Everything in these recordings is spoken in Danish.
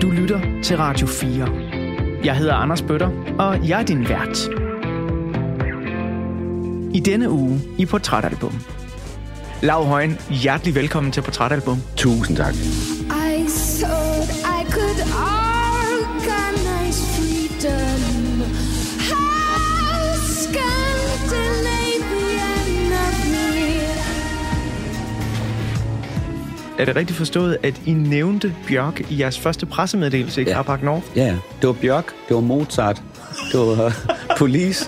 Du lytter til Radio 4. Jeg hedder Anders Bøtter, og jeg er din vært. I denne uge i Portrætalbum. Lau Højen, hjertelig velkommen til Portrætalbum. Tusind tak. I thought I could organize freedom. How Scandinavian of me. Er det rigtigt forstået, at I nævnte Bjørk i jeres første pressemeddelelse i Carpark North? Ja, det var Bjørk, det var Mozart, det var Police.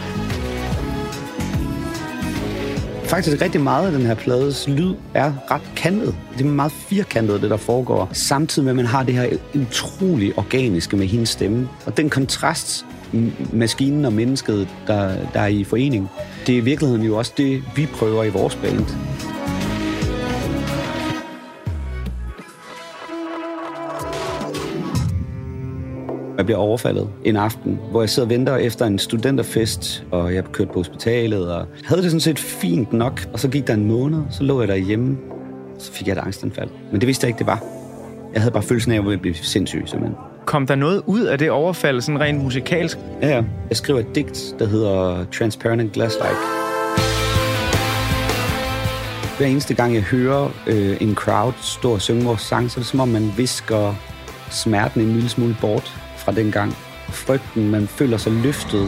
Faktisk rigtig meget af den her plades lyd er ret kantet. Det er meget firkantet, det der foregår. Samtidig med, at man har det her utrolig organiske med hendes stemme. Og den kontrast, maskinen og mennesket, der er i forening, det er i virkeligheden jo også det, vi prøver i vores band. Jeg bliver overfaldet en aften, hvor jeg sidder og venter efter en studenterfest, og jeg kørt på hospitalet, og havde det sådan set fint nok. Og så gik der en måned, så lå jeg derhjemme, og så fik jeg et angstanfald. Men det vidste jeg ikke, det var. Jeg havde bare følelsen af, at jeg ville blive sindssyg, simpelthen. Kom der noget ud af det overfald, sådan rent musikalsk? Ja. Jeg skriver et digt, der hedder Transparent and Glass-like. Hver eneste gang, jeg hører en crowd stå og synge vores sang, så er det som om, man visker smerten en lille smule bort fra den gang. Frygten, man føler sig løftet.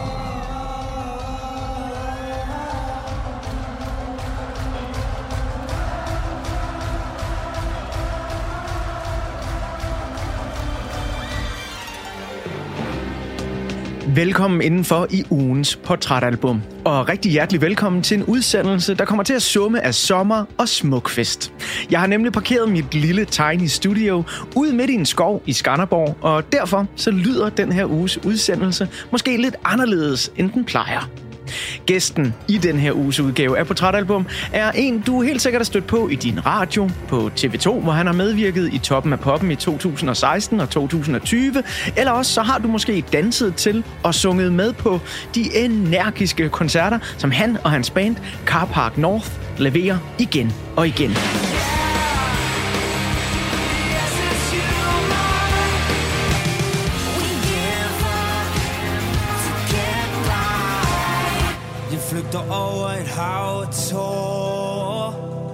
Velkommen indenfor i ugens Portrætalbum. Og rigtig hjertelig velkommen til en udsendelse, der kommer til at summe af sommer og smukfest. Jeg har nemlig parkeret mit lille tiny studio ude midt i en skov i Skanderborg, og derfor så lyder den her uges udsendelse måske lidt anderledes, end den plejer. Gæsten i den her uges udgave af Portrætalbum er en, du helt sikkert har stødt på i din radio, på TV2, hvor han har medvirket i Toppen af Poppen i 2016 og 2020, eller også så har du måske danset til og sunget med på de energiske koncerter, som han og hans band Carpark North leverer igen og igen. Flygter over et hav af tårer,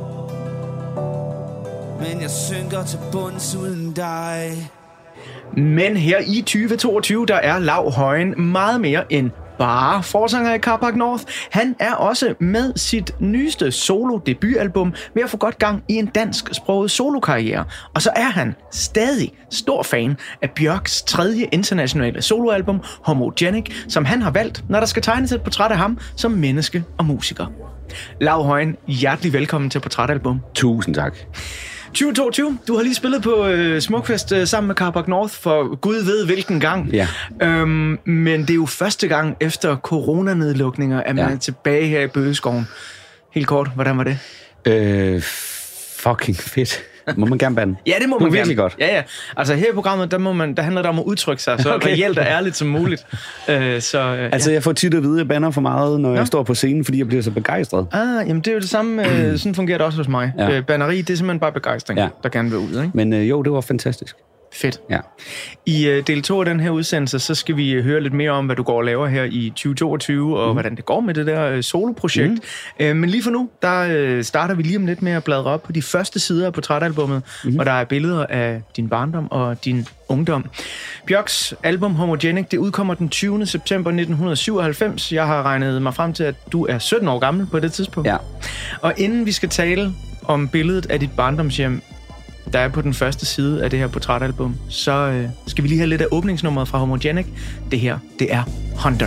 men jeg synker til bunds uden dig. Men her i 2022, der er Lau Højen meget mere end bare forsanger i Carpark North. Han er også med sit nyeste solo-debutalbum ved at få godt gang i en dansksproget solokarriere. Og så er han stadig stor fan af Bjørks tredje internationale soloalbum, Homogenic, som han har valgt, når der skal tegnes et portræt af ham som menneske og musiker. Lau Højen, hjertelig velkommen til Portrætalbum. Tusind tak. 2022, du har lige spillet på Smukfest sammen med Carpark North for Gud ved hvilken gang. Ja. Men det er jo første gang efter coronanedlukninger, at man er tilbage her i Bøgeskoven. Helt kort, hvordan var det? Fucking fedt. Må man gerne bande? Ja, det må man gerne. Virkelig godt. Ja. Altså her i programmet, der handler det om at udtrykke sig så reelt og ærligt som muligt. Jeg får tit at vide, at jeg bander for meget, når jeg står på scenen, fordi jeg bliver så begejstret. Jamen det er jo det samme. Sådan fungerer det også hos mig. Ja. Banneri, det er simpelthen bare begejstring, der gerne vil ud, ikke? Men jo, det var fantastisk. Fedt. Ja. I del 2 af den her udsendelse, så skal vi høre lidt mere om, hvad du går og laver her i 2022, og hvordan det går med det der soloprojekt. Men lige for nu, der starter vi lige om lidt med at bladre op på de første sider af portrætalbummet, hvor der er billeder af din barndom og din ungdom. Bjørks album Homogenic, det udkommer den 20. september 1997. Jeg har regnet mig frem til, at du er 17 år gammel på det tidspunkt. Ja. Og inden vi skal tale om billedet af dit barndomshjem, der er på den første side af det her portrætalbum, så skal vi lige have lidt af åbningsnummeret fra Homogenic. Det her, det er Hunter.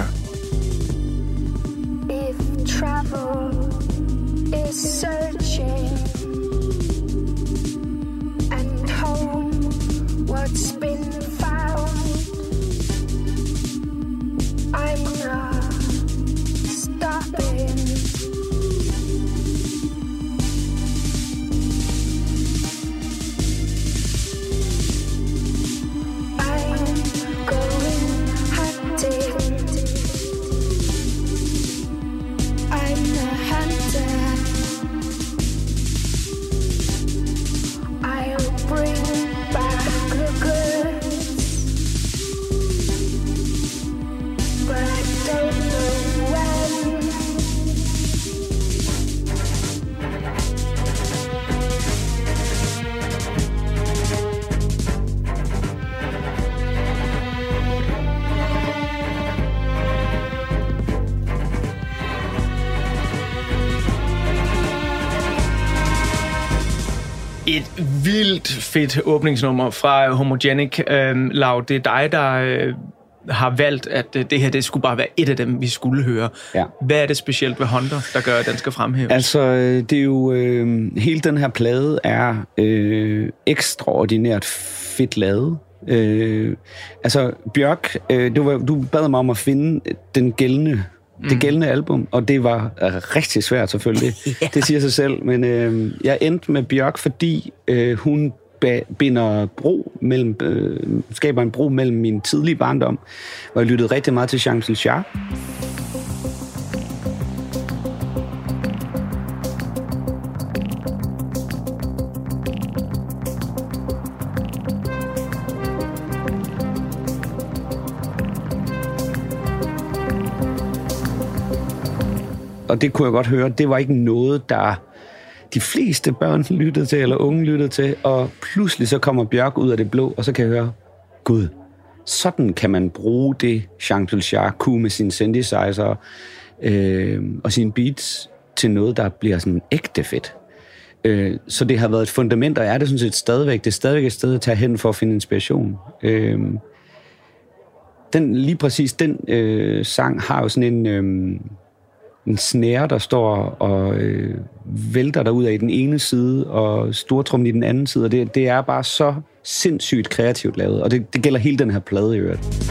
If travel is searching and home what's been found, I'm not stopping. I'll bring back the good. Et vildt fedt åbningsnummer fra Homogenic. Lau, det er dig, der har valgt, at det her det skulle bare være et af dem, vi skulle høre. Ja. Hvad er det specielt ved Hunter, der gør, at den skal fremhæves? Altså, det er jo... hele den her plade er ekstraordinært fedt lavet. Altså, Bjørk, du bad mig om at finde det gældende album, og det var rigtig svært selvfølgelig. Yeah. Det siger sig selv, men jeg endte med Bjørk, fordi hun skaber en bro mellem min tidlige barndom, hvor jeg lyttede rigtig meget til Jean-Michel Jarre. Og det kunne jeg godt høre, det var ikke noget, der de fleste børn lyttede til, eller unge lyttede til, og pludselig så kommer Bjørk ud af det blå, og så kan jeg høre, gud, sådan kan man bruge det, Jean-Michel Jarre kunne med sine synthesizer og sine beats, til noget, der bliver sådan ægte fedt. Så det har været et fundament, og er det sådan set stadigvæk. Det er stadigvæk et sted at tage hen for at finde inspiration. Lige præcis den sang har jo sådan en snare, der står og vælter derud af i den ene side, og stortrummen i den anden side, og det er bare så sindssygt kreativt lavet, og det gælder hele den her plade i øvrigt.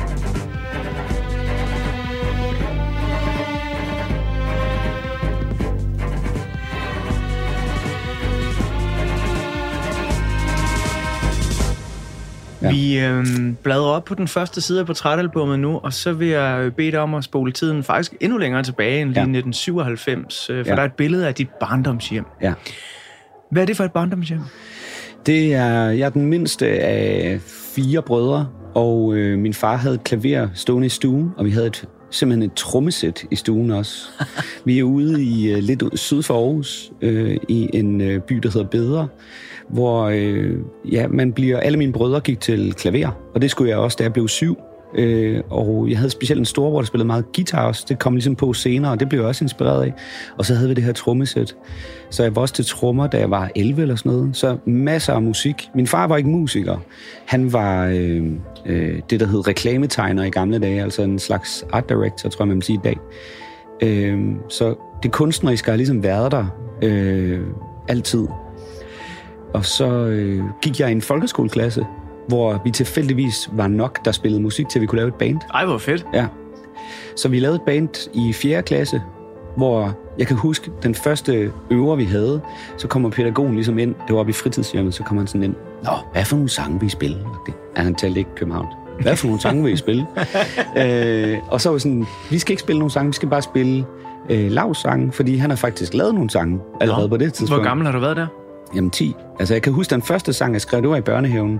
Ja. Vi bladrer op på den første side af portrætalbummet nu, og så vil jeg bede dig om at spole tiden faktisk endnu længere tilbage end lige 1997, for der er et billede af dit barndomshjem. Ja. Hvad er det for et barndomshjem? Jeg er den mindste af 4 brødre, og min far havde et klaver stående i stuen, og vi havde simpelthen et trommesæt i stuen også. Vi er ude i lidt syd for Aarhus, i en by, der hedder Bedre, hvor alle mine brødre gik til klaver, og det skulle jeg også, da jeg blev 7. Og jeg havde specielt en storebror, der spillede meget guitar også. Det kom ligesom på senere, og det blev jeg også inspireret af. Og så havde vi det her trommesæt. Så jeg var også til trommer, da jeg var 11 eller sådan noget. Så masser af musik. Min far var ikke musiker. Han var det, der hed reklametegner i gamle dage, altså en slags art director, tror jeg, man vil sige i dag. Så det kunstneriske har ligesom været der altid. Og så gik jeg i en folkeskoleklasse, hvor vi tilfældigvis var nok, der spillede musik til, at vi kunne lave et band. Ej, hvor fedt. Ja. Så vi lavede et band i 4. klasse, hvor jeg kan huske, den første øver, vi havde, så kommer pædagogen ligesom ind, det var oppe i fritidshjemmet, så kommer han sådan ind, nå, hvad for nogle sange vil I spille? Han talte ikke København. Hvad for nogle sange vil I spille? Og så var sådan, vi skal ikke spille nogle sange, vi skal bare spille Laus sange, fordi han har faktisk lavet nogle sange allerede på det tidspunkt. Hvor gammel har du været der? Jamen 10. Altså jeg kan huske den første sang, jeg skrev, det var i børnehaven,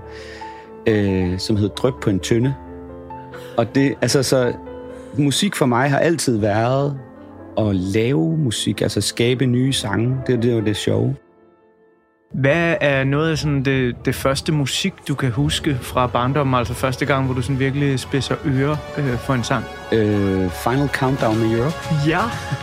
som hed Dryp på en tønde. Og det, altså så musik for mig har altid været at lave musik, altså skabe nye sange. Det var det sjove. Hvad er noget af sådan det første musik, du kan huske fra barndommen, altså første gang, hvor du sådan virkelig spidser ører for en sang? Final Countdown med Europe. Ja.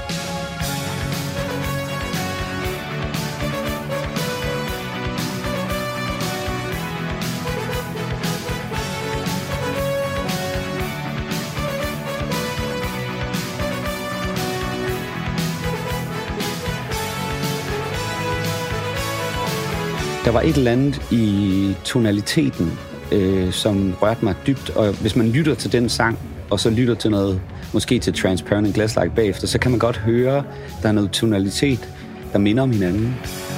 Der var et eller andet i tonaliteten, som rørte mig dybt, og hvis man lytter til den sang, og så lytter til noget, måske til Transparent and Glass-like bagefter, så kan man godt høre, der er noget tonalitet, der minder om hinanden.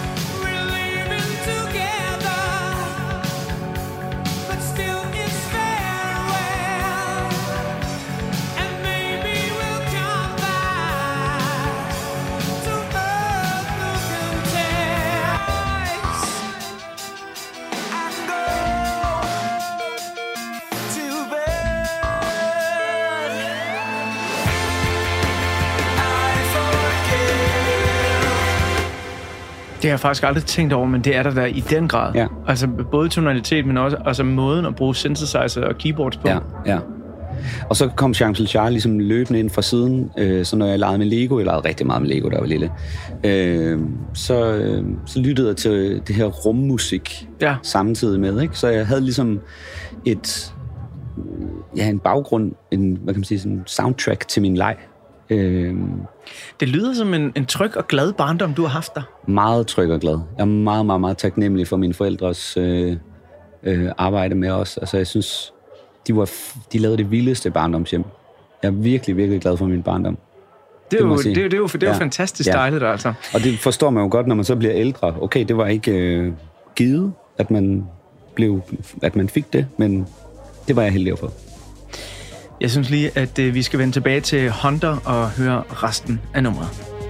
Det har jeg faktisk aldrig tænkt over, men det er der i den grad. Ja. Altså både tonalitet, men også altså måden at bruge synthesizer og keyboards på. Ja, ja. Og så kom Jean-Michel Jarre ligesom løbende ind fra siden, så når jeg legede med Lego, jeg legede rigtig meget med Lego, da jeg var lille, så lyttede jeg til det her rummusik samtidig med, ikke? Så jeg havde ligesom en baggrund, hvad kan man sige, sådan soundtrack til min leg. Det lyder som en tryg og glad barndom, du har haft der. Meget tryg og glad. Jeg er meget, meget, meget taknemmelig for mine forældres arbejde med os. Altså, jeg synes, de lavede det vildeste barndomshjem. Jeg er virkelig, virkelig glad for min barndom. Det er jo fantastisk dejligt, altså. Og det forstår man jo godt, når man så bliver ældre. Okay, det var ikke givet, at man fik det, men det var jeg heldig at få. Jeg synes lige, at vi skal vende tilbage til Hunter og høre resten af nummeret.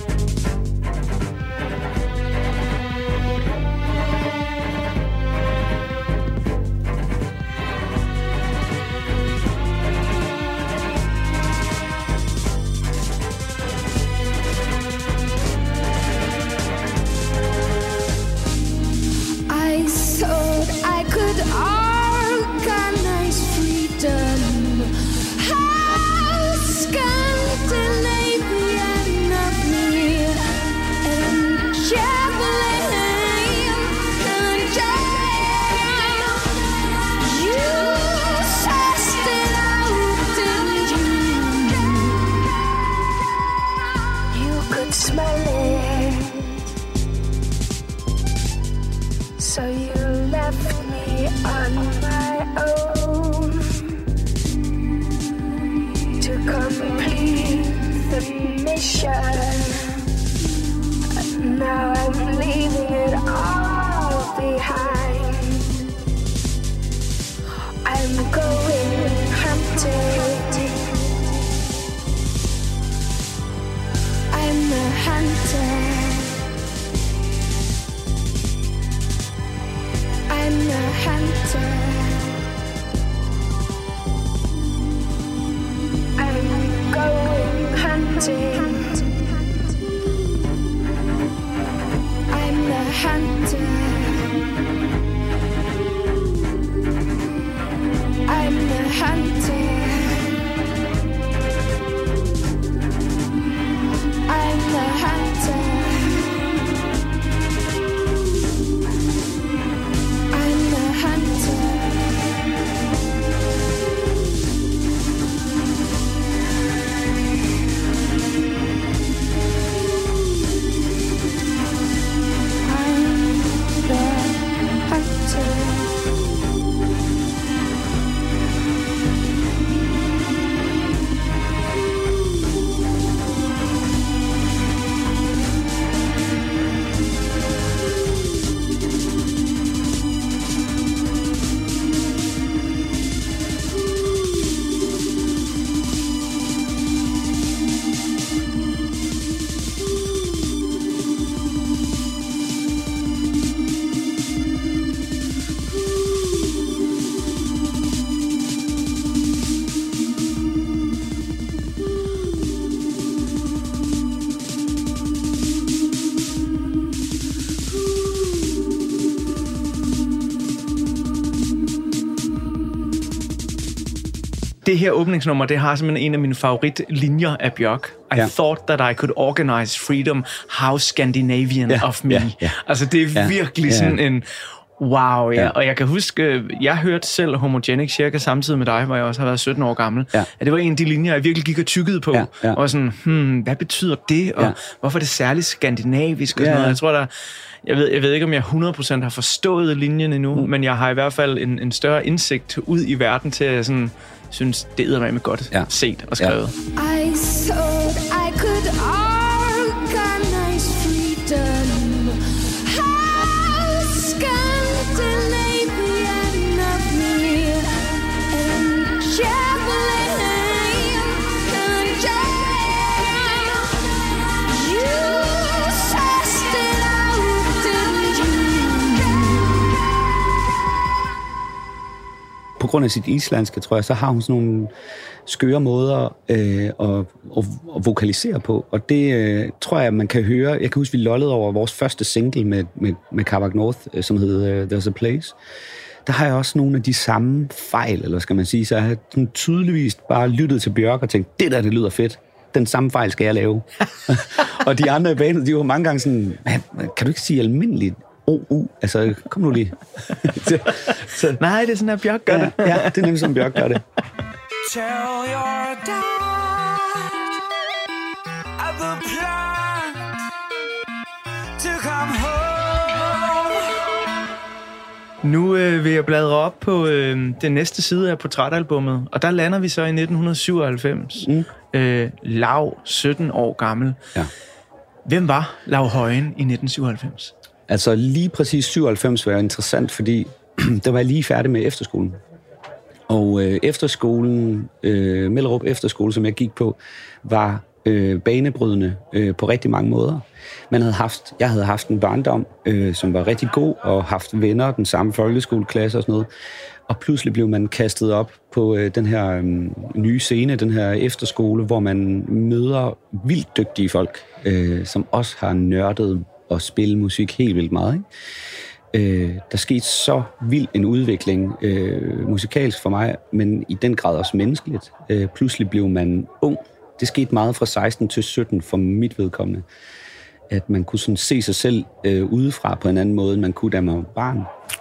Det her åbningsnummer, det har simpelthen en af mine favoritlinjer af Bjørk. I thought that I could organize freedom. How Scandinavian of me. Altså, det er virkelig sådan en wow, Og jeg kan huske, jeg hørte selv Homogenic cirka samtidig med dig, hvor jeg også har været 17 år gammel. At det var en af de linjer, jeg virkelig gik og tykkede på. Og sådan, hvad betyder det? Og hvorfor er det særligt skandinavisk? Og sådan noget. Jeg tror, jeg ved ikke, om jeg 100% har forstået linjen endnu, men jeg har i hvert fald en større indsigt ud i verden til at sådan synes, det er med godt set og skrevet. I thought I could organize freedom. How Scandinavian of me. And javelin and jam. You sussed it out, didn't you? På grund af sit islandske, tror jeg, så har hun sådan nogle skøre måder at vokalisere på. Og det tror jeg, man kan høre. Jeg kan huske, vi lollede over vores første single med Kavak North, som hed There's a Place. der har jeg også nogle af de samme fejl, eller skal man sige, så jeg har sådan tydeligvis bare lyttet til Bjørk og tænkt, det lyder fedt. Den samme fejl skal jeg lave. Og de andre i banen, de var mange gange sådan, kan du ikke sige almindeligt? Altså, kom nu lige. så, nej, det er sådan, at Bjørk gør det. Ja, det er nemlig sådan, Bjørk gør det. Tell your dad of the plan to come home. Nu vil jeg bladre op på den næste side af portrætalbummet, og der lander vi så i 1997. Lau, 17 år gammel. Ja. Hvem var Lau Højen i 1997? Altså lige præcis 97 var interessant, fordi der var jeg lige færdig med efterskolen. Og efterskolen, Mellerup Efterskole, som jeg gik på, var banebrydende på rigtig mange måder. Jeg havde haft en barndom, som var rigtig god, og haft venner, den samme folkeskoleklasse og sådan noget. Og pludselig blev man kastet op på den her nye scene, den her efterskole, hvor man møder vildt dygtige folk, som også har nørdet og spillet musik helt vildt meget, ikke? Der skete så vild en udvikling musikalsk for mig, men i den grad også menneskeligt. Pludselig blev man ung. Det skete meget fra 16 til 17 for mit vedkommende. At man kunne sådan se sig selv udefra på en anden måde, end man kunne, da man var barn.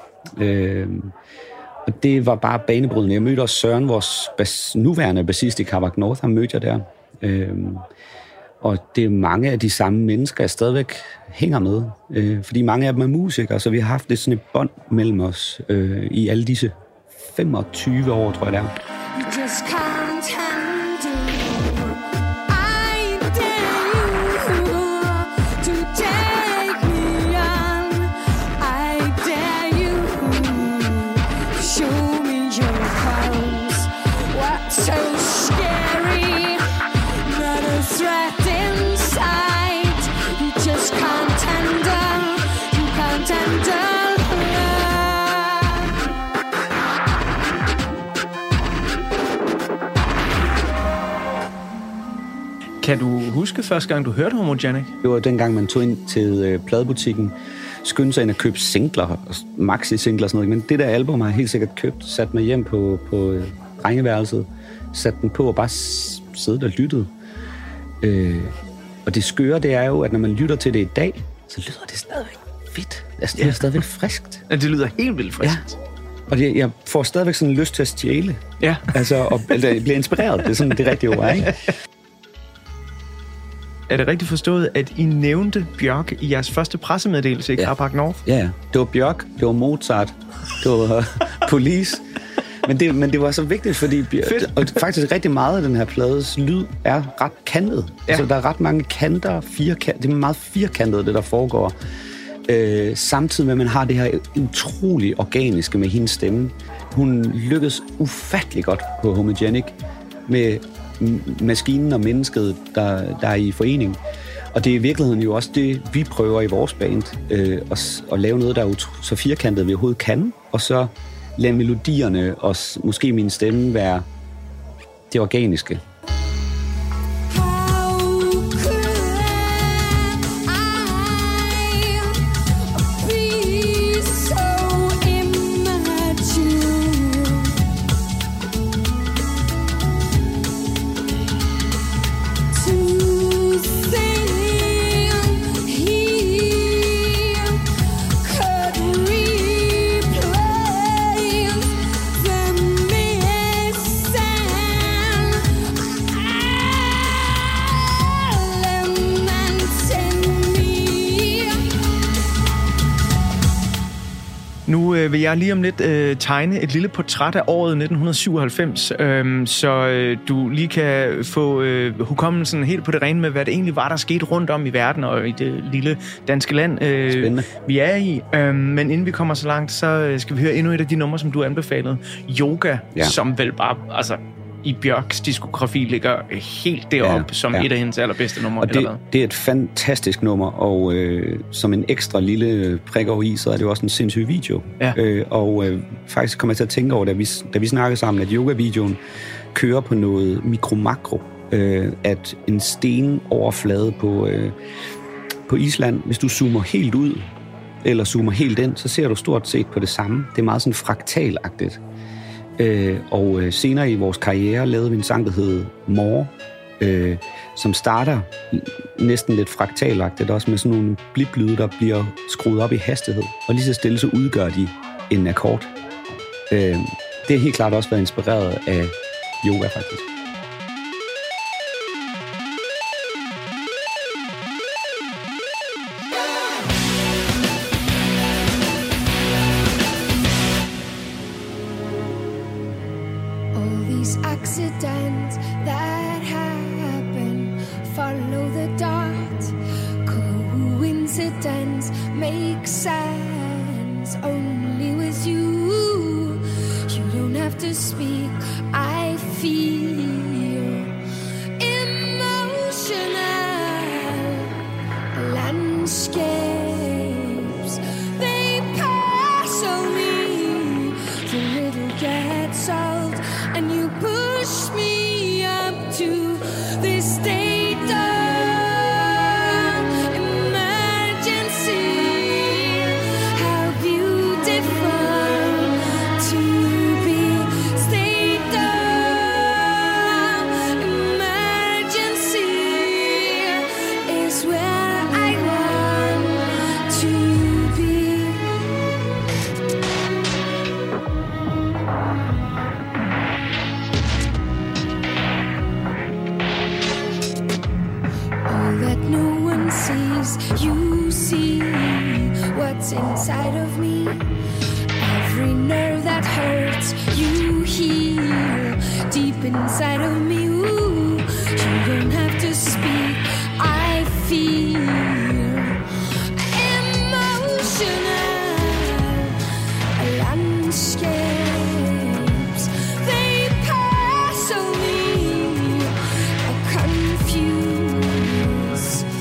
Og det var bare banebrydende. Jeg mødte også Søren, vores nuværende bassist i Carbac North, han mødte jeg der. Og det er mange af de samme mennesker, jeg stadigvæk hænger med. Fordi mange af dem er musikere, så vi har haft sådan et bånd mellem os i alle disse 25 år, tror jeg det er. You just can't handle. I dare you to take me on. I dare you show me your powers. What's so scary? Not a threat inside. You just can't handle. You can't handle. Kan du huske første gang, du hørte Homogenic? Det var dengang, man tog ind til pladebutikken, skyndte sig ind og købte singler, maxi-singler og sådan noget. Men det der album har jeg helt sikkert købt, sat mig hjem på drengeværelset, sat den på og bare siddet og lyttet. Og det skøre, det er jo, at når man lytter til det i dag, så lyder det stadigvæk fedt. Altså, det er stadigvæk friskt. Ja, det lyder helt vildt friskt. Ja. Og jeg får stadigvæk sådan lyst til at stjæle. Ja. Altså, eller jeg bliver inspireret. Det er sådan det rigtige ord, ikke? Er det rigtigt forstået, at I nævnte Bjørk i jeres første pressemeddelelse i Carbac North? Ja, det var Bjørk, det var Mozart, det var Police. Men det var så vigtigt, fordi og faktisk rigtig meget af den her plades lyd er ret kantet. Ja. Altså, der er ret mange kanter, det er meget firkantet, det der foregår. Samtidig med, at man har det her utrolig organiske med hendes stemme. Hun lykkedes ufattelig godt på Homogenic med maskinen og mennesket, der er i forening. Og det er i virkeligheden jo også det, vi prøver i vores band, at lave noget, der er så firkantet, vi overhovedet kan, og så lade melodierne og måske min stemme være det organiske. Nu vil jeg lige om lidt tegne et lille portræt af året 1997, så du lige kan få hukommelsen helt på det rene med, hvad det egentlig var, der skete rundt om i verden og i det lille danske land, vi er i. Men inden vi kommer så langt, så skal vi høre endnu et af de numre, som du anbefalede. Yoga, som vel bare... Altså, i Bjørks diskografi ligger helt deroppe som et af hendes allerbedste numre. Og det er et fantastisk nummer, og som en ekstra lille prik over i, så er det jo også en sindssyg video. Ja. Faktisk kommer jeg til at tænke over, da vi snakkede sammen, at yoga-videoen kører på noget mikro-makro. At en stenoverflade på Island, hvis du zoomer helt ud, eller zoomer helt ind, så ser du stort set på det samme. Det er meget sådan fraktalagtigt. Og senere i vores karriere lavede vi en sang, der hed More, som starter næsten lidt fraktalagtigt, også med sådan nogle bliplyde, der bliver skruet op i hastighed. Og lige så stille, så udgør de en akkord. Det har helt klart også været inspireret af yoga, faktisk. Accidents that happen, follow the dot. Coincidence makes sense only with you. You don't have to speak. I feel emotional landscapes. They pass on me. The riddle gets solved, and you push me up to this state of emergency. How beautiful to be state of emergency is where I want to be. That no one sees, you see what's inside of me. Every nerve that hurts, you heal deep inside of me. Ooh, you don't have to speak. I feel emotional landscapes. They pass on me. Confused.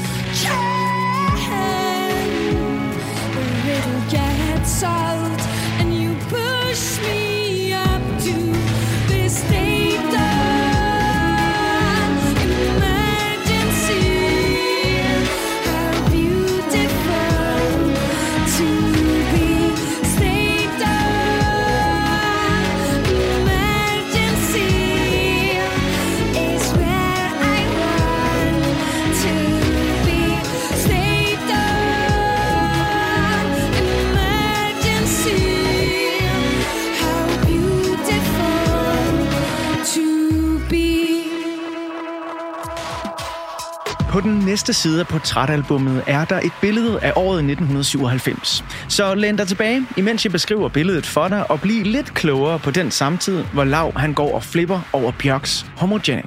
Can the riddle get solved? And you push me up to this state of emergency. How beautiful to be state of emergency is where I want to be. State of emergency. How beautiful to be. På den næste side af portrætalbummet er der et billede af året 1997. Så læn dig tilbage, imens jeg beskriver billedet for dig, og bliv lidt klogere på den samtid, hvor Lau han går og flipper over Bjørks Homogenic.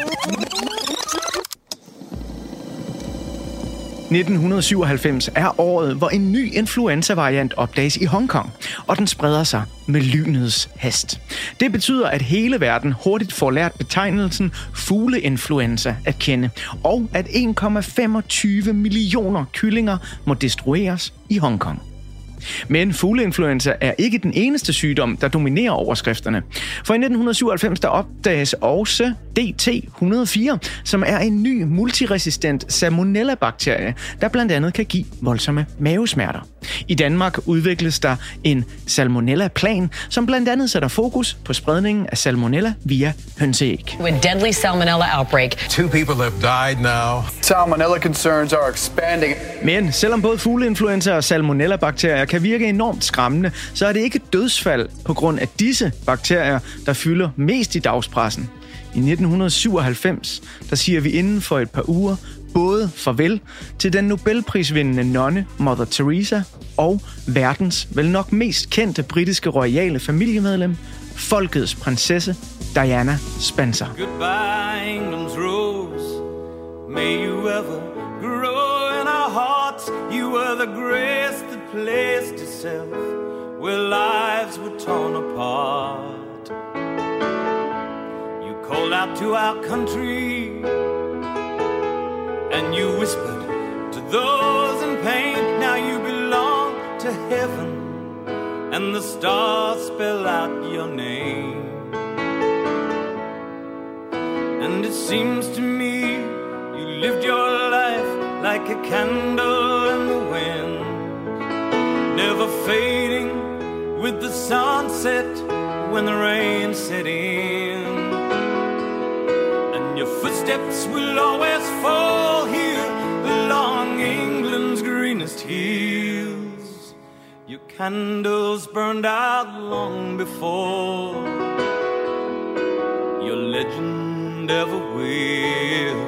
1997 er året, hvor en ny influenza-variant opdages i Hongkong, og den spreder sig med lynets hast. Det betyder, at hele verden hurtigt får lært betegnelsen fugleinfluenza at kende, og at 1,25 millioner kyllinger må destrueres i Hongkong. Men fugleinfluenza er ikke den eneste sygdom, der dominerer overskrifterne. For i 1997 der opdages også DT104, som er en ny multiresistent salmonella-bakterie, der blandt andet kan give voldsomme mavesmerter. I Danmark udvikles der en salmonella-plan, som blandt andet sætter fokus på spredningen af salmonella via hønseæg. A deadly salmonella outbreak. 2 people have died now. Salmonella concerns are expanding. Men selvom både fugleinfluenza og salmonella-bakterier kan virke enormt skræmmende, så er det ikke dødsfald på grund af disse bakterier, der fylder mest i dagspressen. I 1997, der siger vi inden for et par uger både farvel til den Nobelprisvindende nonne Mother Teresa og verdens vel nok mest kendte britiske royale familiemedlem, folkets prinsesse Diana Spencer. Goodbye, England's rose. May you ever grow in our hearts. You were the grace that placed itself where lives were torn apart. You called out to our country and you whispered to those in pain. Now you belong to heaven and the stars spell out your name. And it seems to me you lived your life like a candle in the wind. ever fading with the sunset when the rain set in. And your footsteps will always fall here along England's greenest hills. Your candles burned out long before your legend ever will.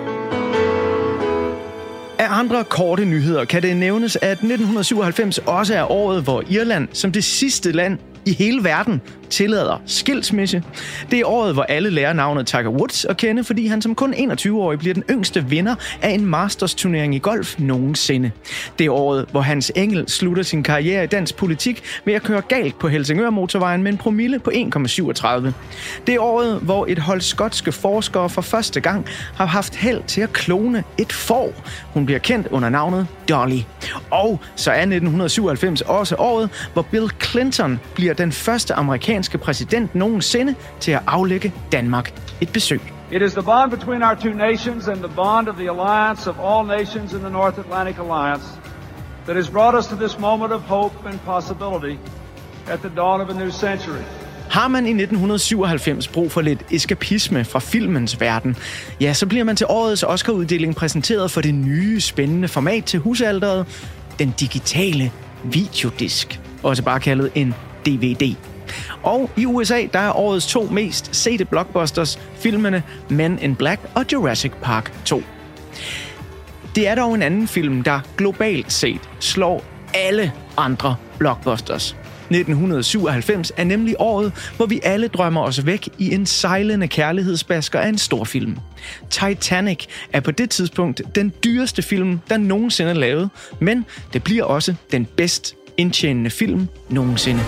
Af andre korte nyheder kan det nævnes, at 1997 også er året, hvor Irland som det sidste land i hele verden tillader skilsmisse. Det er året, hvor alle lærer navnet Tiger Woods at kende, fordi han som kun 21-årig bliver den yngste vinder af en Masters-turnering i golf nogensinde. Det er året, hvor Hans Engell slutter sin karriere i dansk politik ved at køre galt på Helsingør-motorvejen med en promille på 1,37. Det er året, hvor et hold skotske forskere for første gang har haft held til at klone et får. Hun bliver kendt under navnet Dolly. Og så er 1997 også året, hvor Bill Clinton bliver den første amerikanske præsident nogensinde til at aflægge Danmark et besøg. It is the bond between our two nations and the bond of the alliance of all nations in the North Atlantic Alliance that has brought us to this moment of hope and possibility at the dawn of a new century. Har man i 1997 brug for lidt eskapisme fra filmens verden, ja, så bliver man til årets Oscar-uddeling præsenteret for det nye, spændende format til husalderet, den digitale videodisk, også bare kaldet en DVD. Og i USA, der er årets 2 mest sete blockbusters filmene Men in Black og Jurassic Park 2. Det er dog en anden film, der globalt set slår alle andre blockbusters. 1997 er nemlig året, hvor vi alle drømmer os væk i en sejlende kærlighedsbasker af en stor film. Titanic er på det tidspunkt den dyreste film, der nogensinde er lavet, men det bliver også den bedst indtjenende film nogensinde.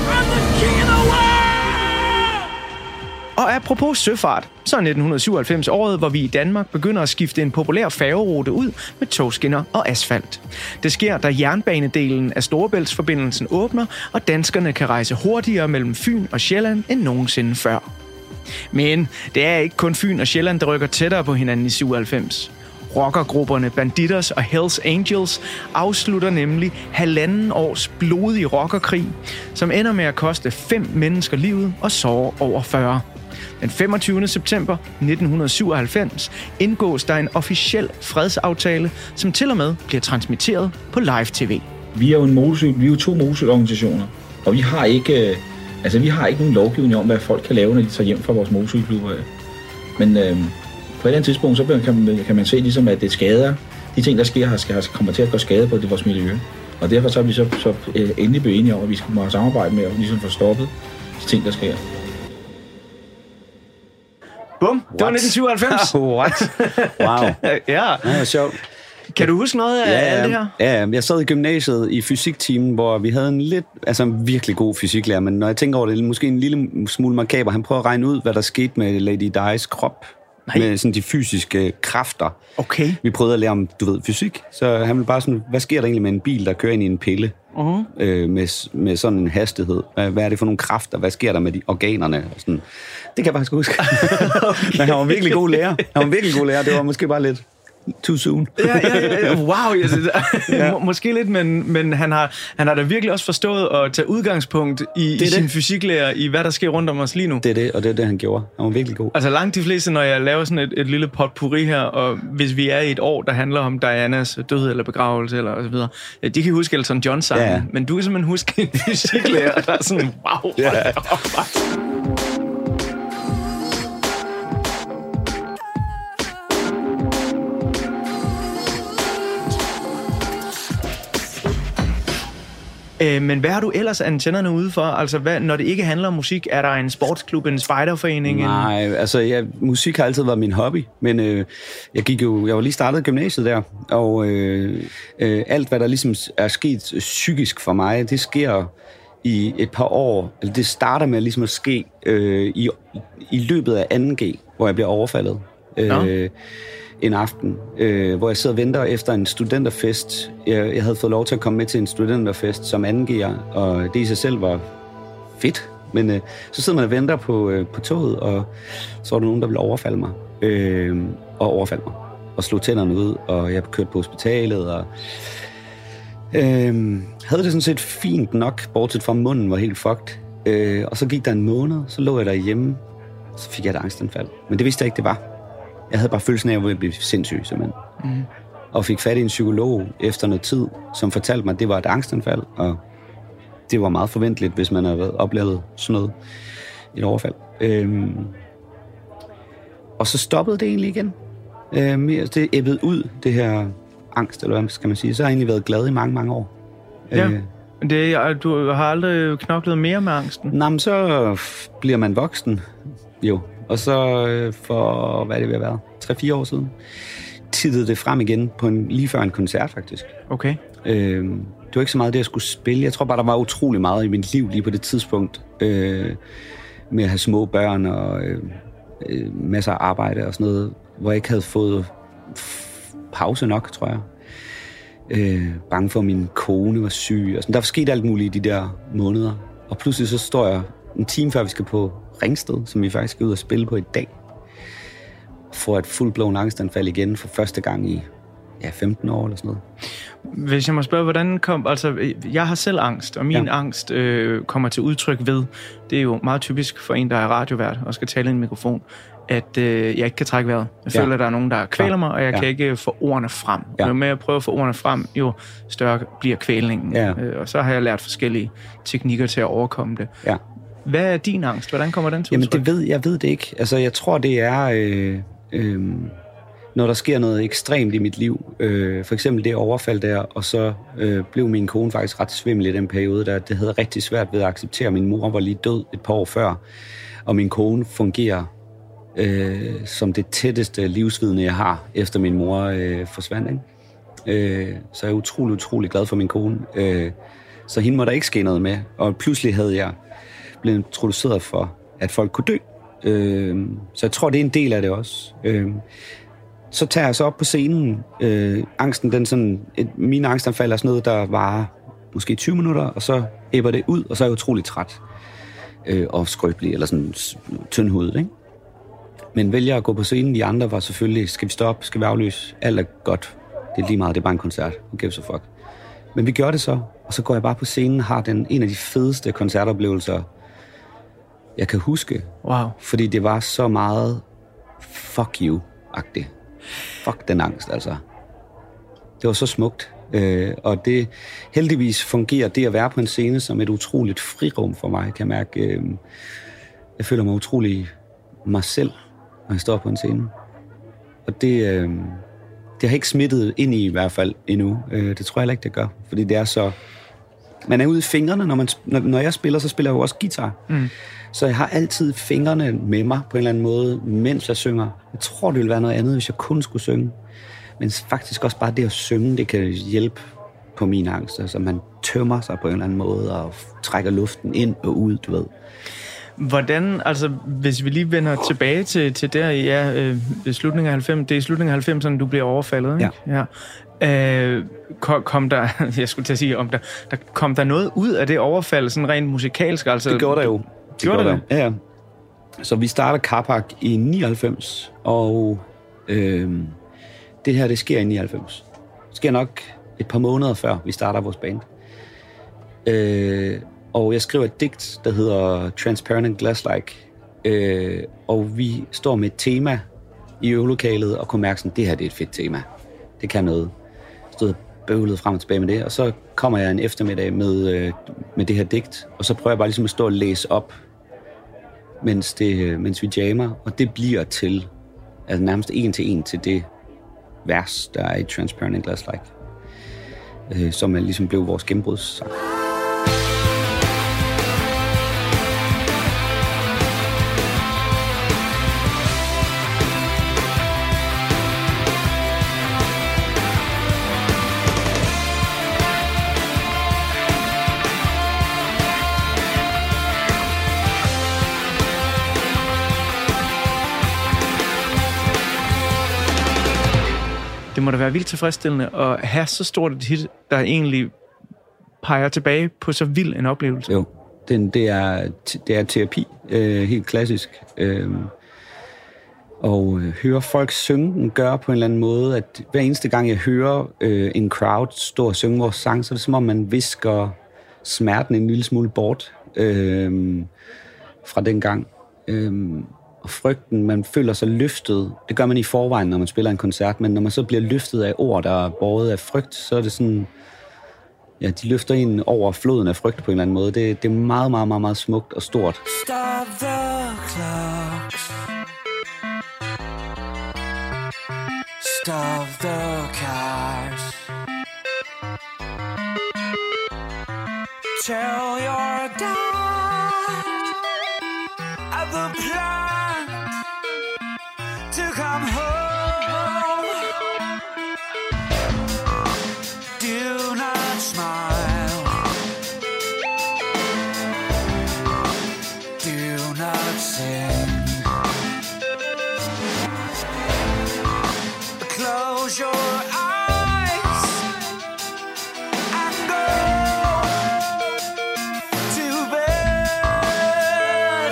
Og apropos søfart, så er 1997 året, hvor vi i Danmark begynder at skifte en populær færgerute ud med togskinner og asfalt. Det sker, da jernbanedelen af Storebæltsforbindelsen åbner, og danskerne kan rejse hurtigere mellem Fyn og Sjælland end nogensinde før. Men det er ikke kun Fyn og Sjælland, der rykker tættere på hinanden i 97. Rockergrupperne Bandidos og Hells Angels afslutter nemlig 1,5 års blodig rockerkrig, som ender med at koste 5 mennesker livet og såre over 40. Den 25. september 1997 indgås der en officiel fredsaftale, som til og med bliver transmitteret på live-tv. Vi er jo 2 motorcykelorganisationer, og vi har ikke nogen lovgivning om, hvad folk kan lave, når de tager hjem fra vores motorcykelklubber. Men på et eller andet tidspunkt, så kan man se, ligesom, at det skader. De ting, der sker, kommer til at gøre skade på vores miljø. Og derfor så er vi så endelig blevet enige om, at vi skal må samarbejde med at ligesom få stoppet de ting, der sker. Bum, det var 1997. What? Wow. Ja. Det var sjovt. Kan du huske noget af alt det her? Ja, jeg sad i gymnasiet i fysiktimen, hvor vi havde en virkelig god fysiklærer, men når jeg tænker over det, måske en lille smule makaber. Han prøver at regne ud, hvad der skete med Lady Di's krop. Nej. Med sådan de fysiske kræfter. Okay. Vi prøvede at lære om, fysik. Så han ville bare sådan, hvad sker der egentlig med en bil, der kører ind i en pille? Med sådan en hastighed. Hvad er det for nogle kræfter? Hvad sker der med de organerne? Sådan. Det kan jeg faktisk huske. Okay. Men han var en virkelig god lærer. Det var måske bare lidt too soon. Ja. Wow. Ja. Måske lidt, men han har da virkelig også forstået at tage udgangspunkt i sin fysiklærer, i hvad der sker rundt om os lige nu. Det er det, og det er det, han gjorde. Han var virkelig god. Altså langt de fleste, når jeg laver sådan et lille potpourri her, og hvis vi er i et år, der handler om Dianas død eller begravelse eller og så videre, de kan huske Elton John sangen, men du kan simpelthen huske en fysiklærer, der er sådan, wow. Ja. Men hvad har du ellers antennerne ude for? Altså, når det ikke handler om musik, er der en sportsklub, en spejderforening? Nej, altså musik har altid været min hobby, men jeg var lige startet gymnasiet der, og alt, hvad der ligesom er sket psykisk for mig, det sker i et par år. Eller det starter med ligesom at ske i løbet af 2G, hvor jeg bliver overfaldet. En aften, hvor jeg sidder og venter efter en studenterfest. Jeg havde fået lov til at komme med til en studenterfest som 2G'er, og det i sig selv var fedt. Men så sidder man og venter på toget, og så var der nogen, der ville overfalde mig. Og slå tænderne ud, og jeg kørte på hospitalet, og Havde det sådan set fint nok, bortset fra munden var helt fucked. Og så gik der en måned, så lå jeg derhjemme, og så fik jeg et angstanfald. Men det vidste jeg ikke, det var. Jeg havde bare følelsen af, at jeg ville blive sindssyg, simpelthen. Mm. Og fik fat i en psykolog efter noget tid, som fortalte mig, at det var et angstanfald, og det var meget forventeligt, hvis man havde oplevet sådan noget, et overfald. Og så stoppede det egentlig igen. Det æbbede ud, det her angst, eller hvad skal man sige. Så har jeg egentlig været glad i mange, mange år. Ja, du har aldrig knoklet mere med angsten? Nej, men så bliver man voksen, jo. Og så for, hvad er det ved at være, 3-4 år siden, tittede det frem igen på lige før en koncert, faktisk. Okay. Det var ikke så meget det, jeg skulle spille. Jeg tror bare, der var utrolig meget i mit liv lige på det tidspunkt. Med at have små børn og masser af arbejde og sådan noget, hvor jeg ikke havde fået pause nok, tror jeg. Bange for, at min kone var syg. Og sådan. Der var sket alt muligt i de der måneder. Og pludselig så står jeg en time før, vi skal på Ringsted, som vi faktisk skal ud og spille på i dag, for et fuldblåen angstanfald igen for første gang i 15 år eller sådan noget. Hvis jeg må spørge, hvordan kom... Altså, jeg har selv angst, og min angst kommer til udtryk ved, det er jo meget typisk for en, der er radiovært og skal tale i en mikrofon, at jeg ikke kan trække vejret. Jeg føler, at der er nogen, der kvæler mig, og jeg kan ikke få ordene frem. Jo mere jeg prøver at få ordene frem, jo større bliver kvælningen. Og så har jeg lært forskellige teknikker til at overkomme det. Ja. Hvad er din angst? Hvordan kommer den til udtryk? Jamen, jeg ved det ikke. Altså, jeg tror, det er... når der sker noget ekstremt i mit liv, for eksempel det overfald der, og så blev min kone faktisk ret svimmel i den periode, der det havde rigtig svært ved at acceptere. Min mor var lige død et par år før, og min kone fungerer som det tætteste livsvidne, jeg har, efter min mor forsvandt. Ikke? Så jeg er utrolig glad for min kone. Så hende må der ikke ske noget med. Og pludselig havde jeg blevet introduceret for, at folk kunne dø. Så jeg tror, det er en del af det også. Så tager jeg så op på scenen. Angsten, den sådan... Min angstanfald er sådan noget, der varer måske 20 minutter, og så æbber det ud, og så er jeg utrolig træt. Og skrøbelig, eller sådan tyndhudet, ikke? Men vælger at gå på scenen. De andre var selvfølgelig, skal vi stoppe, skal vi aflyse? Alt er godt. Det er lige meget, det er bare en koncert. Who gives a fuck? Men vi gør det så, og så går jeg bare på scenen, har en af de fedeste koncertoplevelser, jeg kan huske. Wow. Fordi det var så meget fuck you-agtigt. Fuck den angst, altså. Det var så smukt. Og det heldigvis fungerer det at være på en scene som et utroligt frirum for mig, kan jeg mærke. Jeg føler mig utrolig mig selv, når jeg står på en scene. Og det har ikke smittet ind i hvert fald endnu. Det tror jeg heller ikke, det gør. Fordi det er så... Man er ude i fingrene, når jeg spiller, så spiller jeg jo også guitar. Mm. Så jeg har altid fingrene med mig på en eller anden måde, mens jeg synger. Jeg tror, det ville være noget andet, hvis jeg kun skulle synge. Men faktisk også bare det at synge, det kan hjælpe på min angst. Altså man tømmer sig på en eller anden måde og trækker luften ind og ud, du ved. Hvordan, altså hvis vi lige vender tilbage til der i slutningen af 90'erne, det er i slutningen af 90'erne, du bliver overfaldet, ikke? Ja. Kom der, jeg skulle til at sige, kom der noget ud af det overfald, sådan rent musikalsk? Altså, det gjorde der jo. Det gjorde der? Ja. Så vi starter Carpark i 99, og det her, det sker i 99. Det sker nok et par måneder før, vi starter vores band. Og jeg skriver et digt, der hedder Transparent and Glass-like. Og vi står med et tema i øvelokalet, og kunne mærke sådan, det her det er et fedt tema. Det kan noget. Stod bøvlet frem og tilbage med det, og så kommer jeg en eftermiddag med det her digt, og så prøver jeg bare ligesom at stå og læse op, mens vi jammer, og det bliver til, altså nærmest en til det vers, der er i Transparent and Glass-like, som ligesom blev vores gennembrudssang. Det må da være vildt tilfredsstillende at have så stort et hit, der egentlig peger tilbage på så vild en oplevelse. Jo, det er terapi, helt klassisk. og høre folk synge den gør på en eller anden måde, at hver eneste gang jeg hører en crowd stå og synge vores sang, så er det som om man visker smerten en lille smule bort fra den gang. Og frygten, man føler sig løftet. Det gør man i forvejen, når man spiller en koncert, men når man så bliver løftet af ord, der er båret af frygt, så er det sådan, ja, de løfter en over floden af frygt på en eller anden måde. Det er meget, meget, meget, meget smukt og stort. Stop the clocks. Stop the cars. Tell your dad at the plant to come home. Do not smile. Do not sing. Close your eyes and go to bed.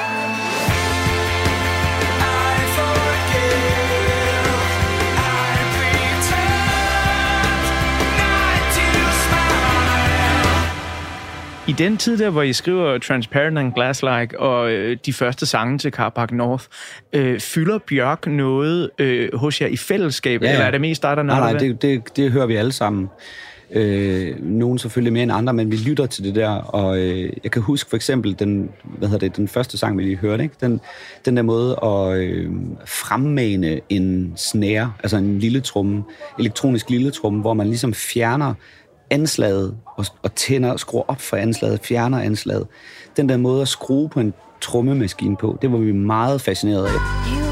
I forgive, I pretend not to smile. I den tid der, hvor I skriver Transparent and Glass-like og de første sange til Carpark North, fylder Bjørk noget hos jer i fællesskabet, eller er det mest dig, der Nej, det hører vi alle sammen. Nogen selvfølgelig mere end andre, men vi lytter til det der, og jeg kan huske for eksempel den første sang, vi lige hørte, ikke? Den der måde at fremmane en snare, altså en lille tromme, elektronisk lille tromme, hvor man ligesom fjerner anslaget og tænder, skruer op for anslaget, fjerner anslaget. Den der måde at skrue på en trommemaskine på, det var vi meget fascineret af.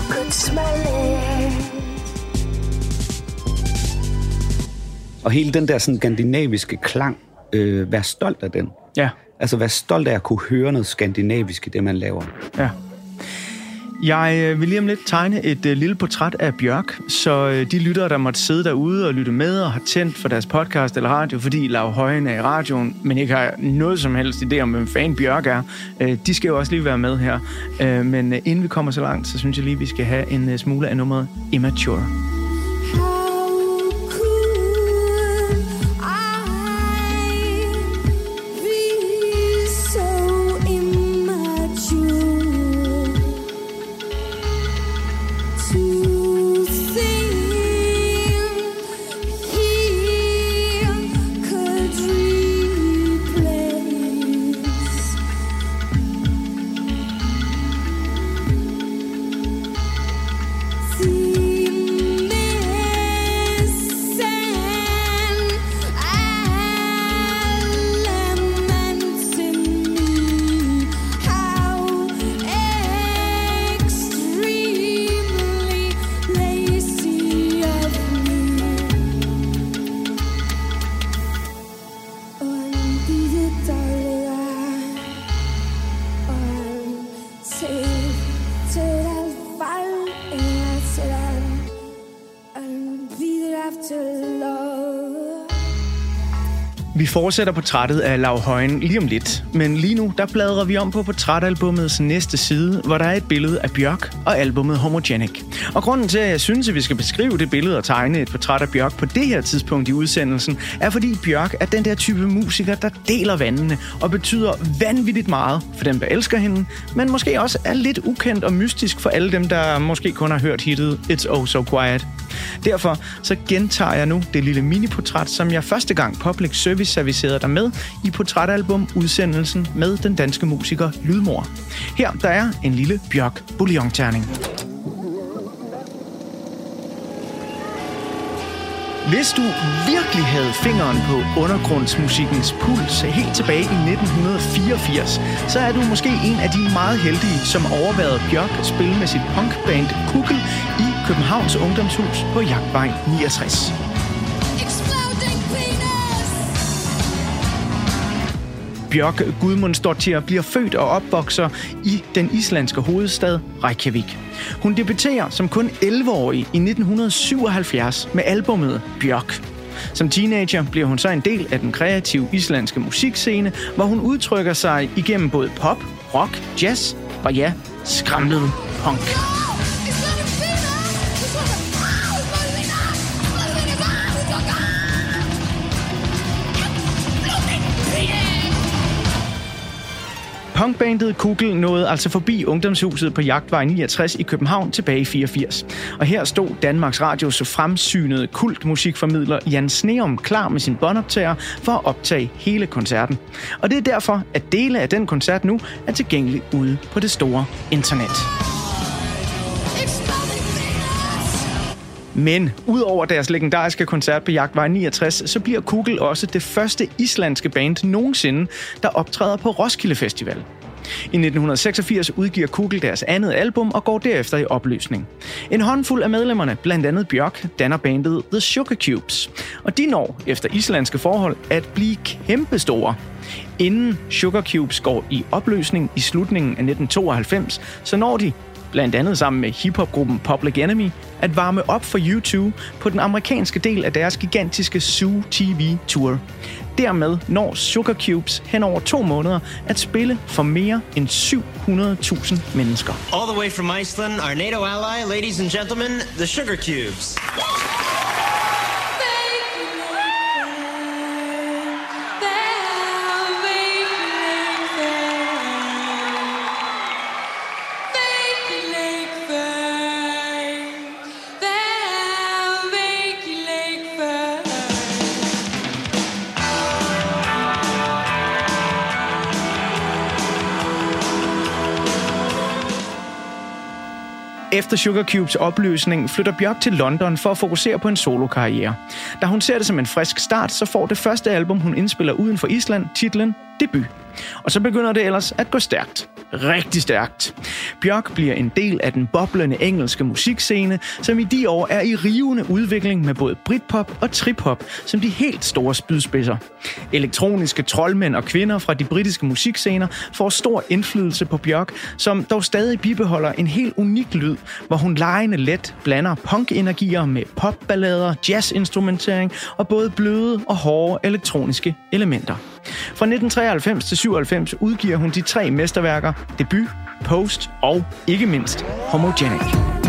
Og hele den der sådan skandinaviske klang, vær stolt af den. Ja. Altså vær stolt af at kunne høre noget skandinavisk i det, man laver. Ja. Jeg vil lige om lidt tegne et lille portræt af Bjørk, så de lyttere, der måtte sidde derude og lytte med og har tændt for deres podcast eller radio, fordi Lau Højen er i radioen, men ikke har noget som helst idé om, hvem fan Bjørk er, de skal jo også lige være med her. Men inden vi kommer så langt, så synes jeg lige, vi skal have en smule af nummeret Immature. Vi fortsætter portrættet af Lau Højen lige om lidt, men lige nu der bladrer vi om på portrætalbummets næste side, hvor der er et billede af Bjørk og albumet Homogenic. Og grunden til, at jeg synes, at vi skal beskrive det billede og tegne et portræt af Bjørk på det her tidspunkt i udsendelsen, er fordi Bjørk er den der type musiker, der deler vandene og betyder vanvittigt meget for dem, der elsker hende, men måske også er lidt ukendt og mystisk for alle dem, der måske kun har hørt hittet It's Oh So Quiet. Derfor så gentager jeg nu det lille miniportræt, som jeg første gang Public Service servicerede dig med i portrætalbum-udsendelsen med den danske musiker Lydmor. Her der er en lille Bjørk bouillonterning. Hvis du virkelig havde fingeren på undergrundsmusikkens puls helt tilbage i 1984, så er du måske en af de meget heldige, som overværede Bjørk spille med sit punkband Kugel i Københavns Ungdomshus på Jagtvej 69. Bjørk Gudmundsdóttir bliver født og opvokser i den islandske hovedstad Reykjavik. Hun debuterer som kun 11-årig i 1977 med albumet Bjørk. Som teenager bliver hun så en del af den kreative islandske musikscene, hvor hun udtrykker sig igennem både pop, rock, jazz og ja, skramlet punk. Punkbandet Kugel nåede altså forbi Ungdomshuset på Jagtvej 69 i København tilbage i 84. Og her stod Danmarks Radios fremsynede kultmusikformidler Jan Sneum klar med sin båndoptager for at optage hele koncerten. Og det er derfor, at dele af den koncert nu er tilgængelig ude på det store internet. Men udover deres legendariske koncert på Jagtvej 69, så bliver Kugel også det første islandske band nogensinde, der optræder på Roskilde Festival. I 1986 udgiver Kugel deres andet album og går derefter i opløsning. En håndfuld af medlemmerne, blandt andet Björk, danner bandet The Sugar Cubes. Og de når, efter islandske forhold, at blive kæmpestore. Inden Sugar Cubes går i opløsning i slutningen af 1992, så når de, blandt andet sammen med hiphopgruppen Public Enemy, at varme op for U2 på den amerikanske del af deres gigantiske Zoo TV Tour. Dermed når Sugar Cubes hen over 2 måneder at spille for mere end 700.000 mennesker. All the way from Iceland, our NATO ally, ladies and gentlemen, the Sugar Cubes. Efter Sugar Cubes opløsning flytter Björk til London for at fokusere på en solokarriere. Da hun ser det som en frisk start, så får det første album, hun indspiller uden for Island, titlen Debut. Og så begynder det ellers at gå stærkt. Rigtig stærkt. Björk bliver en del af den boblende engelske musikscene, som i de år er i rivende udvikling med både britpop og trip-hop som de helt store spydspidser. Elektroniske troldmænd og kvinder fra de britiske musikscener får stor indflydelse på Björk, som dog stadig bibeholder en helt unik lyd, hvor hun legende let blander punk-energier med popballader, jazz-instrumentering og både bløde og hårde elektroniske elementer. Fra 1993 til 97 udgiver hun de 3 mesterværker Debut, Post og ikke mindst Homogenic.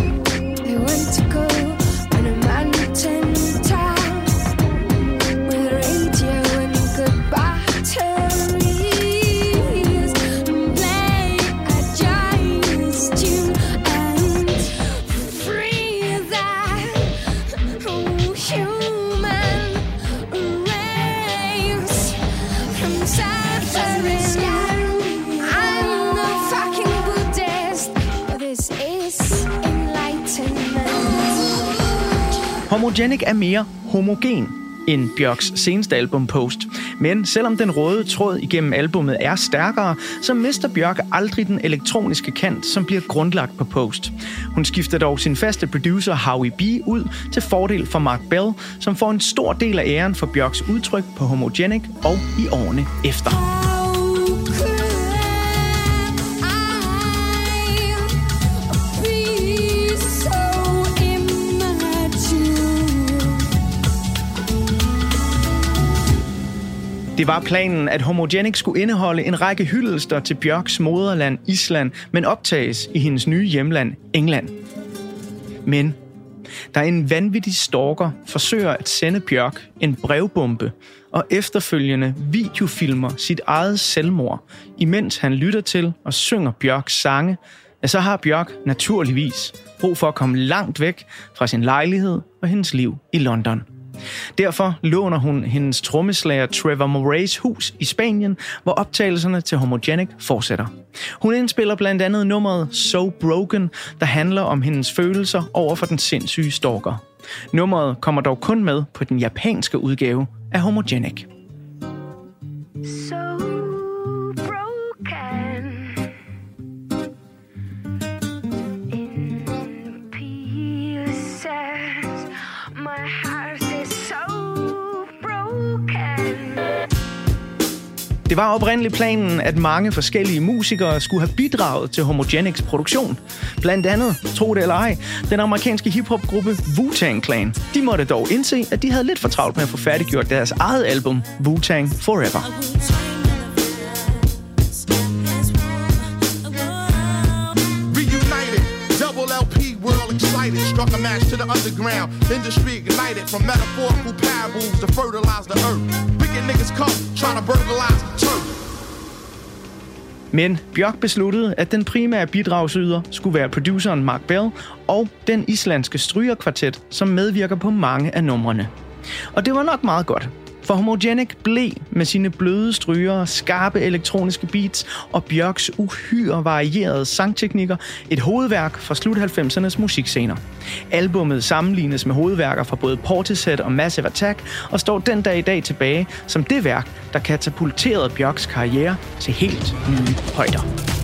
Homogenic er mere homogen end Björks seneste album Post. Men selvom den røde tråd igennem albummet er stærkere, så mister Björk aldrig den elektroniske kant, som bliver grundlagt på Post. Hun skifter dog sin faste producer Howie B ud til fordel for Mark Bell, som får en stor del af æren for Björks udtryk på Homogenic og i årene efter. Det var planen, at Homogenic skulle indeholde en række hyldester til Björks moderland Island, men optages i hendes nye hjemland England. Men der er en vanvittig stalker forsøger at sende Björk en brevbombe og efterfølgende videofilmer sit eget selvmord, imens han lytter til og synger Björks sange, så har Björk naturligvis brug for at komme langt væk fra sin lejlighed og hendes liv i London. Derfor låner hun hendes trommeslager Trevor Morays hus i Spanien, hvor optagelserne til Homogenic fortsætter. Hun indspiller blandt andet nummeret So Broken, der handler om hendes følelser over for den sindssyge stalker. Nummeret kommer dog kun med på den japanske udgave af Homogenic. Det var oprindeligt planen, at mange forskellige musikere skulle have bidraget til Homogenics produktion. Blandt andet, tro det eller ej, den amerikanske hiphopgruppe Wu-Tang Clan. De måtte dog indse, at de havde lidt for travlt med at få færdiggjort deres eget album, Wu-Tang Forever. Struck a match to the underground. Industry ignited from metaphorical parables to fertilize the earth. Wicked niggas come trying to burglarize the turf. Men Björk besluttede, at den primære bidragsyder skulle være produceren Mark Bell og den islandske strygerkvartet, som medvirker på mange af numrene. Og det var nok meget godt, for Homogenic blev med sine bløde strygere, skarpe elektroniske beats og Björks uhyre varierede sangteknikker et hovedværk fra slut 90'ernes musikscener. Albummet sammenlignes med hovedværker fra både Portishead og Massive Attack og står den dag i dag tilbage som det værk, der katapulterede Björks karriere til helt nye højder.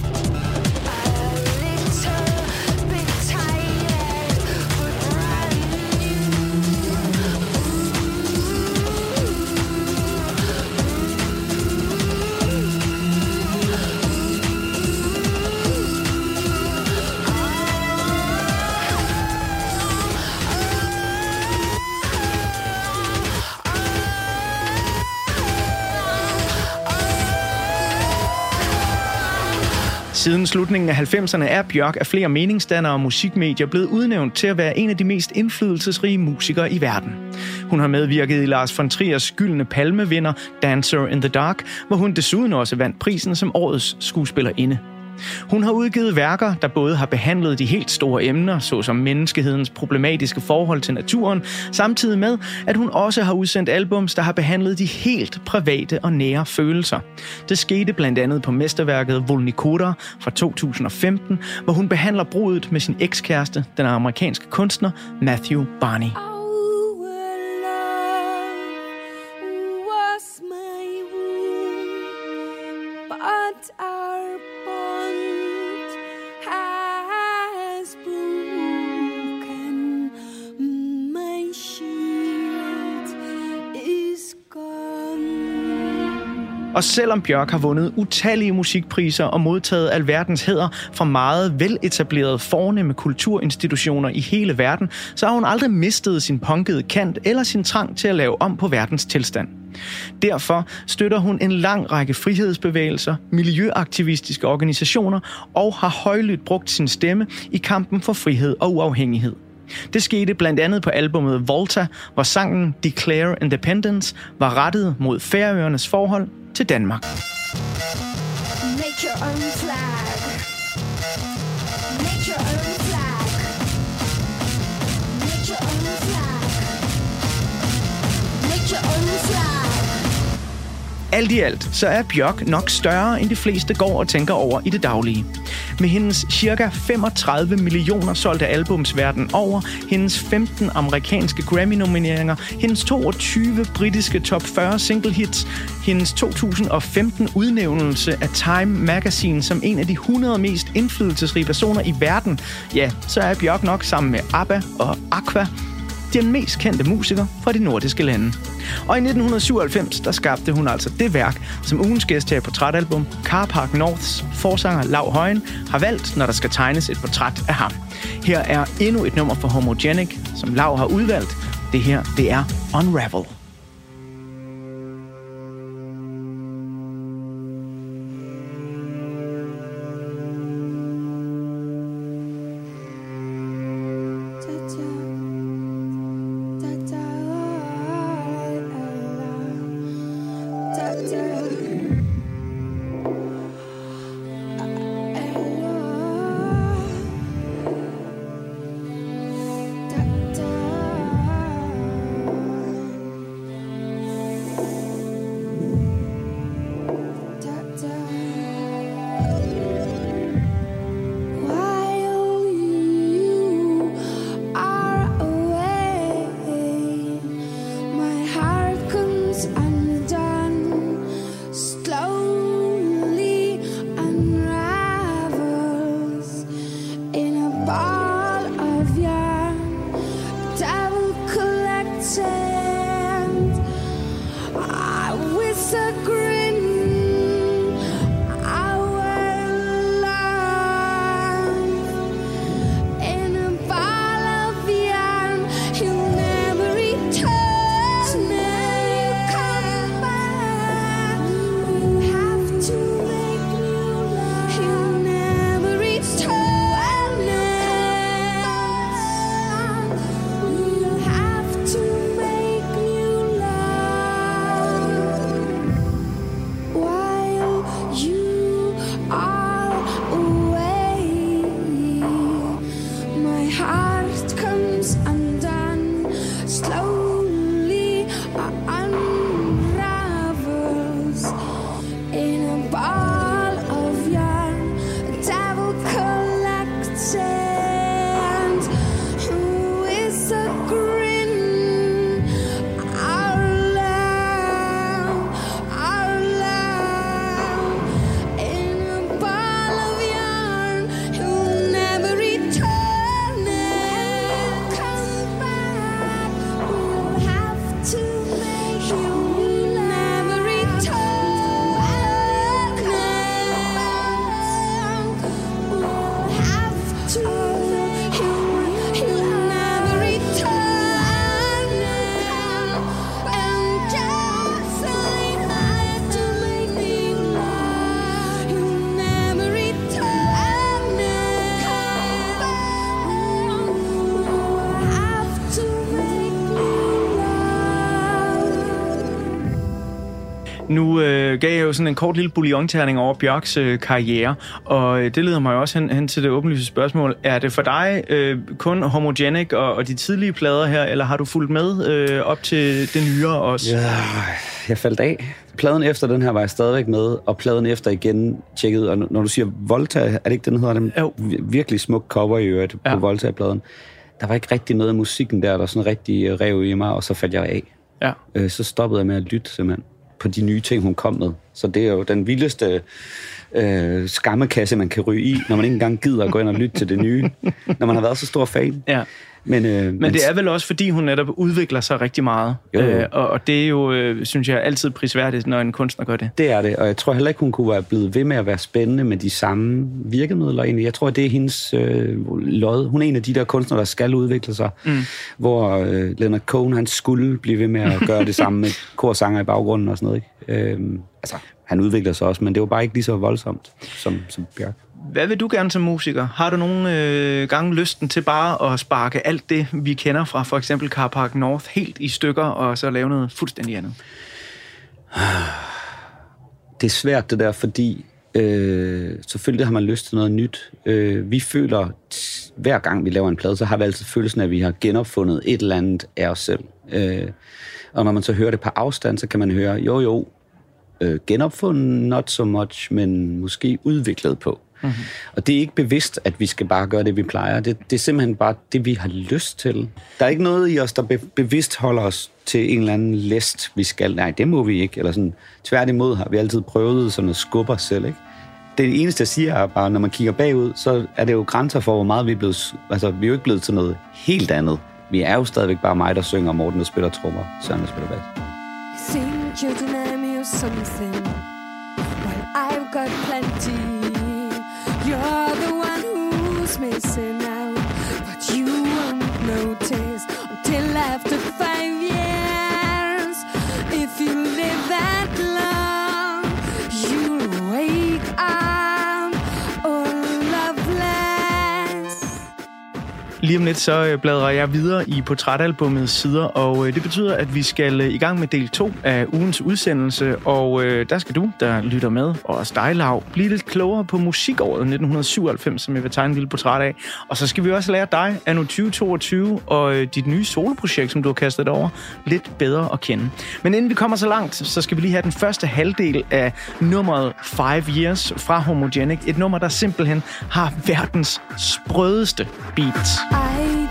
Siden slutningen af 90'erne er Björk af flere meningsdannere og musikmedier blevet udnævnt til at være en af de mest indflydelsesrige musikere i verden. Hun har medvirket i Lars von Triers gyldne palmevinder Dancer in the Dark, hvor hun desuden også vandt prisen som årets skuespillerinde. Hun har udgivet værker, der både har behandlet de helt store emner, såsom menneskehedens problematiske forhold til naturen, samtidig med, at hun også har udsendt albums, der har behandlet de helt private og nære følelser. Det skete blandt andet på mesterværket Volnikora fra 2015, hvor hun behandler bruddet med sin ekskæreste, den amerikanske kunstner Matthew Barney. Og selvom Björk har vundet utallige musikpriser og modtaget alverdens hæder fra meget veletablerede fornemme kulturinstitutioner i hele verden, så har hun aldrig mistet sin punkede kant eller sin trang til at lave om på verdens tilstand. Derfor støtter hun en lang række frihedsbevægelser, miljøaktivistiske organisationer og har højlydt brugt sin stemme i kampen for frihed og uafhængighed. Det skete blandt andet på albumet Volta, hvor sangen Declare Independence var rettet mod Færøernes forhold til Danmark. Make your own flag. Make your own flag. Make your own flag. Make your own flag. Alt i alt, så er Björk nok større, end de fleste går og tænker over i det daglige. Med hendes cirka 35 millioner solgte albums verden over, hendes 15 amerikanske Grammy-nomineringer, hendes 22 britiske top 40 single hits, hendes 2015 udnævnelse af Time Magazine som en af de 100 mest indflydelsesrige personer i verden, ja, så er Björk nok sammen med ABBA og Aqua den mest kendte musiker fra de nordiske lande. Og i 1997, der skabte hun altså det værk, som ugens gæst her i Portrætalbum, Carpark Norths forsanger Lau Højen, har valgt, når der skal tegnes et portræt af ham. Her er endnu et nummer for Homogenic, som Lau har udvalgt. Det her, det er Unravel. Nu gav jeg jo sådan en kort lille bouillonterning over Bjørks karriere, og det leder mig jo også hen til det åbenlyse spørgsmål. Er det for dig kun Homogenic og de tidlige plader her, eller har du fulgt med op til det nyere også? Ja, jeg faldt af. Pladen efter den her var jeg stadigvæk med, og pladen efter igen tjekket, og når du siger Volta, er det ikke den hedder? Den virkelig smuk cover i øvrigt på Volta-pladen. Der var ikke rigtig noget af musikken der sådan rigtig rev i mig, og så faldt jeg af. Ja. Så stoppede jeg med at lytte simpelthen på de nye ting, hun kom med. Så det er jo den vildeste skammekasse, man kan ryge i, når man ikke engang gider at gå ind og lytte til det nye, når man har været så stor fan. Ja. Men det er vel også, fordi hun netop udvikler sig rigtig meget. Og det er jo, synes jeg, altid prisværdigt, når en kunstner gør det. Det er det, og jeg tror heller ikke, hun kunne være blevet ved med at være spændende med de samme virkemidler egentlig. Jeg tror, det er hendes lod. Hun er en af de der kunstnere, der skal udvikle sig, hvor Leonard Cohen, han skulle blive ved med at gøre det samme med korsanger i baggrunden og sådan noget. Ikke? Han udvikler sig også, men det var bare ikke lige så voldsomt som Bjørk. Hvad vil du gerne som musiker? Har du nogle gange lysten til bare at sparke alt det, vi kender fra for eksempel Carpark North helt i stykker, og så lave noget fuldstændig andet? Det er svært det der, fordi selvfølgelig har man lyst til noget nyt. Vi føler, hver gang vi laver en plade, så har vi altid følelsen af, at vi har genopfundet et eller andet af os selv. Og når man så hører det på afstand, så kan man høre, genopfundet not so much, men måske udviklet på. Mm-hmm. Og det er ikke bevidst, at vi skal bare gøre det, vi plejer. Det er simpelthen bare det, vi har lyst til. Der er ikke noget i os, der bevidst holder os til en eller anden læst, vi skal. Nej, det må vi ikke. Eller sådan, tværtimod har vi altid prøvet sådan at skubbe os selv, ikke? Det eneste, jeg siger, er bare, når man kigger bagud, så er det jo grænser for, hvor meget vi er blevet... Altså, vi er jo ikke blevet til noget helt andet. Vi er jo stadigvæk bare mig, der synger, Morten, der spiller trommer, Søren, der spiller bas. Think you're denying me or something, well, I've got plenty. You're the one who's missing out, but you won't notice until after 5 years. If you live that long, you'll wake up all loveless. Lige om lidt så bladrer jeg videre i portrætalbummets sider, og det betyder, at vi skal i gang med del 2 af ugens udsendelse, og der skal du, der lytter med, og også dig, Lav, blive lidt klogere på musikåret 1997, som jeg vil tegne en lille portræt af. Og så skal vi også lære dig, anno 2022, og dit nye soloprojekt, som du har kastet over, lidt bedre at kende. Men inden vi kommer så langt, så skal vi lige have den første halvdel af nummeret 5 Years fra Homogenic. Et nummer, der simpelthen har verdens sprødeste beats.